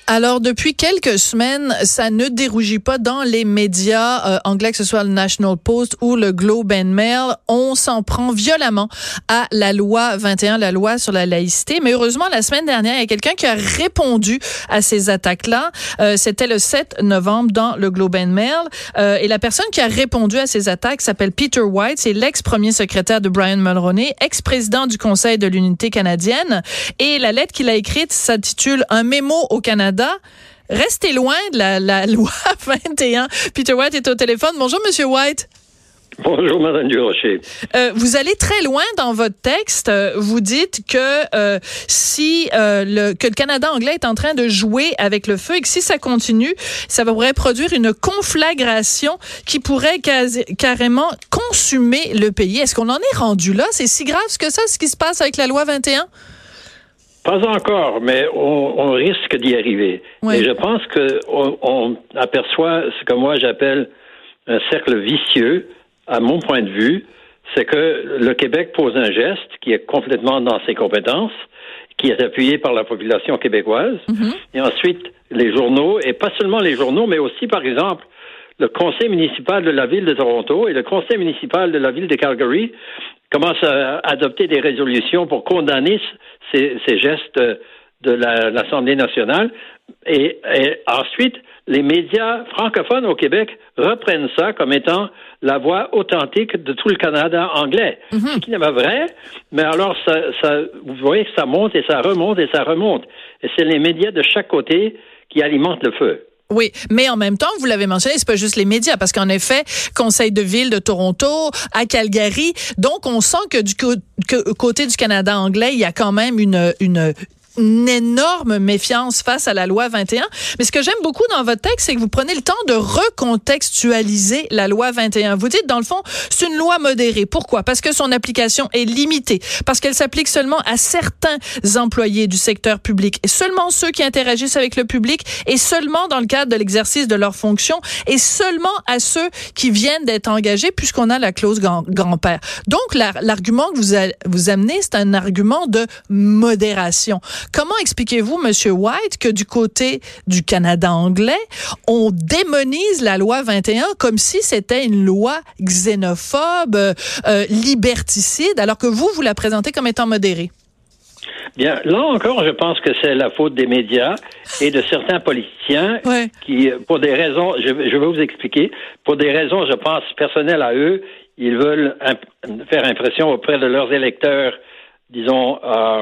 Alors, depuis quelques semaines, ça ne dérougit pas dans les médias anglais, que ce soit le National Post ou le Globe and Mail. On s'en prend violemment à la loi 21, la loi sur la laïcité. Mais heureusement, la semaine dernière, il y a quelqu'un qui a répondu à ces attaques-là. C'était le 7 novembre dans le Globe and Mail. Et la personne qui a répondu à ces attaques s'appelle Peter White. C'est l'ex-premier secrétaire de Brian Mulroney, ex-président du Conseil de l'unité canadienne. Et la lettre qu'il a écrite s'intitule « Un mémo au Canada ». Restez loin de la loi 21. Peter White est au téléphone. Bonjour, Monsieur White. Bonjour, Mme Durocher. Vous allez très loin dans votre texte. Vous dites que que le Canada anglais est en train de jouer avec le feu et que si ça continue, ça pourrait produire une conflagration qui pourrait carrément consumer le pays. Est-ce qu'on en est rendu là? C'est si grave que ça, ce qui se passe avec la loi 21? Pas encore, mais on risque d'y arriver. Oui. Et je pense qu'on aperçoit ce que moi j'appelle un cercle vicieux, à mon point de vue, c'est que le Québec pose un geste qui est complètement dans ses compétences, qui est appuyé par la population québécoise, et ensuite les journaux, et pas seulement les journaux, mais aussi, par exemple, le conseil municipal de la ville de Toronto et le conseil municipal de la ville de Calgary commencent à adopter des résolutions pour condamner ces gestes de l'Assemblée nationale. Et ensuite, les médias francophones au Québec reprennent ça comme étant la voix authentique de tout le Canada anglais. Ce qui n'est pas vrai, mais alors vous voyez que ça monte et ça remonte et ça remonte. Et c'est les médias de chaque côté qui alimentent le feu. Oui, mais en même temps, vous l'avez mentionné, c'est pas juste les médias, parce qu'en effet, Conseil de ville de Toronto, à Calgary, donc on sent que du côté du Canada anglais, il y a quand même une énorme méfiance face à la loi 21. Mais ce que j'aime beaucoup dans votre texte, c'est que vous prenez le temps de recontextualiser la loi 21. Vous dites, dans le fond, c'est une loi modérée. Pourquoi? Parce que son application est limitée. Parce qu'elle s'applique seulement à certains employés du secteur public. Et seulement ceux qui interagissent avec le public et seulement dans le cadre de l'exercice de leurs fonctions et seulement à ceux qui viennent d'être engagés puisqu'on a la clause grand-père. Donc, l'argument que vous amenez, c'est un argument de modération. Comment expliquez-vous, Monsieur White, que du côté du Canada anglais, on démonise la loi 21 comme si c'était une loi xénophobe, liberticide, alors que vous la présentez comme étant modérée? Bien, là encore, je pense que c'est la faute des médias et de certains politiciens qui, pour des raisons, je vais vous expliquer, pour des raisons, je pense, personnelles à eux, ils veulent faire impression auprès de leurs électeurs, disons,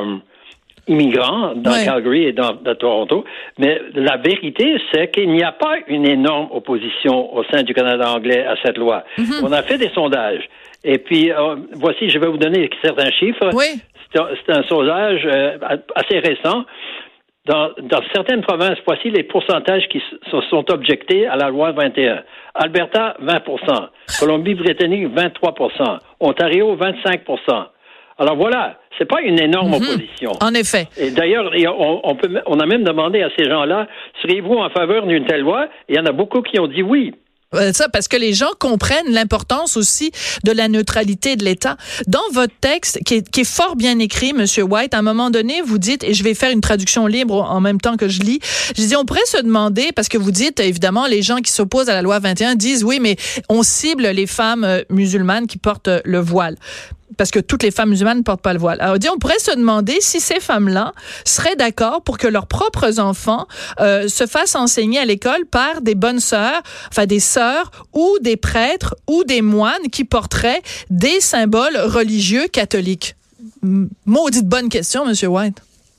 immigrants dans Calgary et dans Toronto. Mais la vérité, c'est qu'il n'y a pas une énorme opposition au sein du Canada anglais à cette loi. On a fait des sondages. Et puis, voici, je vais vous donner certains chiffres. Oui. C'est un sondage assez récent. Dans certaines provinces, voici les pourcentages qui sont objectés à la loi 21. Alberta, 20%. Colombie-Britannique, 23%. Ontario, 25%. Alors voilà, c'est pas une énorme opposition. En effet. Et d'ailleurs, on a même demandé à ces gens-là, seriez-vous en faveur d'une telle loi? Et il y en a beaucoup qui ont dit oui. Ça, parce que les gens comprennent l'importance aussi de la neutralité de l'État. Dans votre texte, qui est fort bien écrit, Monsieur White, à un moment donné, vous dites, et je vais faire une traduction libre en même temps que je lis, je dis, on pourrait se demander, parce que vous dites, évidemment, les gens qui s'opposent à la loi 21 disent, oui, mais on cible les femmes musulmanes qui portent le voile. Parce que toutes les femmes musulmanes ne portent pas le voile. Alors, on pourrait se demander si ces femmes-là seraient d'accord pour que leurs propres enfants se fassent enseigner à l'école par des bonnes sœurs, enfin des sœurs ou des prêtres ou des moines qui porteraient des symboles religieux catholiques. Maudite bonne question, Monsieur White.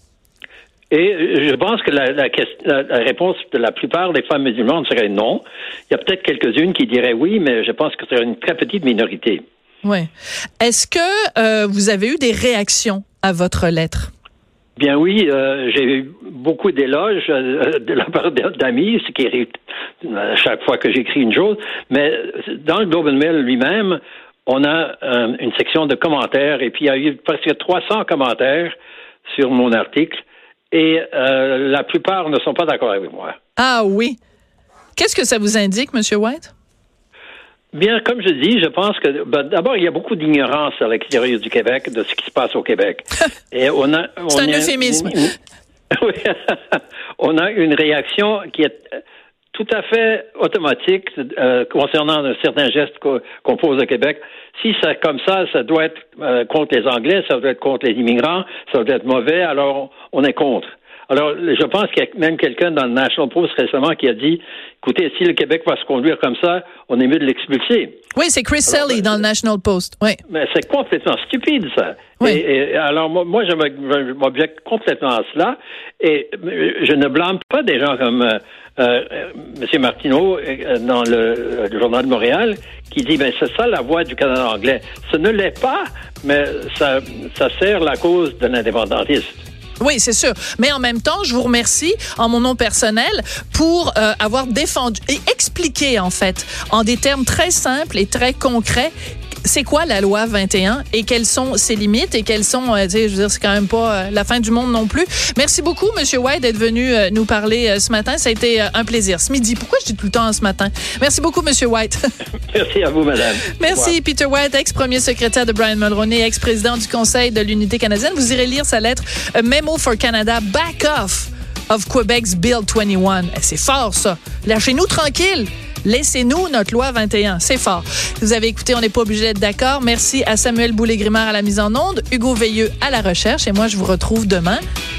Et je pense que la réponse de la plupart des femmes musulmanes serait non. Il y a peut-être quelques-unes qui diraient oui, mais je pense que c'est une très petite minorité. Oui. Est-ce que vous avez eu des réactions à votre lettre? Bien oui, j'ai eu beaucoup d'éloges de la part d'amis, ce qui arrive à chaque fois que j'écris une chose, mais dans le Globe and Mail lui-même, on a une section de commentaires, et puis il y a eu presque 300 commentaires sur mon article, et la plupart ne sont pas d'accord avec moi. Ah oui? Qu'est-ce que ça vous indique, M. White? Bien, comme je dis, je pense que d'abord, il y a beaucoup d'ignorance à l'extérieur du Québec de ce qui se passe au Québec. Et c'est un euphémisme. on a une réaction qui est tout à fait automatique concernant certains gestes qu'on pose au Québec. Si c'est comme ça doit être contre les Anglais, ça doit être contre les immigrants, ça doit être mauvais, alors on est contre. Alors, je pense qu'il y a même quelqu'un dans le National Post récemment qui a dit, écoutez, si le Québec va se conduire comme ça, on est mieux de l'expulser. Oui, c'est Chris Selly dans le National Post. Oui. Mais c'est complètement stupide, ça. Oui. Et alors, moi, je m'objecte complètement à cela. Et je ne blâme pas des gens comme M. Martineau dans le Journal de Montréal qui dit, ben c'est ça la voix du Canada anglais. Ce ne l'est pas, mais ça sert la cause de l'indépendantisme. Oui, c'est sûr. Mais en même temps, je vous remercie en mon nom personnel pour avoir défendu et expliqué, en fait, en des termes très simples et très concrets, c'est quoi la loi 21 et quelles sont ses limites et quelles sont, je veux dire, c'est quand même pas la fin du monde non plus. Merci beaucoup, Monsieur White, d'être venu nous parler ce matin. Ça a été un plaisir. Ce midi, pourquoi je dis tout le temps ce matin? Merci beaucoup, Monsieur White. Merci à vous, madame. Merci, Peter White, ex-premier secrétaire de Brian Mulroney, ex-président du Conseil de l'Unité canadienne. Vous irez lire sa lettre Memo for Canada, Back Off of Quebec's Bill 21. C'est fort, ça. Lâchez-nous tranquille. Laissez-nous notre loi 21. C'est fort. Vous avez écouté, on n'est pas obligé d'être d'accord. Merci à Samuel Boulay-Grimard à la mise en onde, Hugo Veilleux à la recherche. Et moi, je vous retrouve demain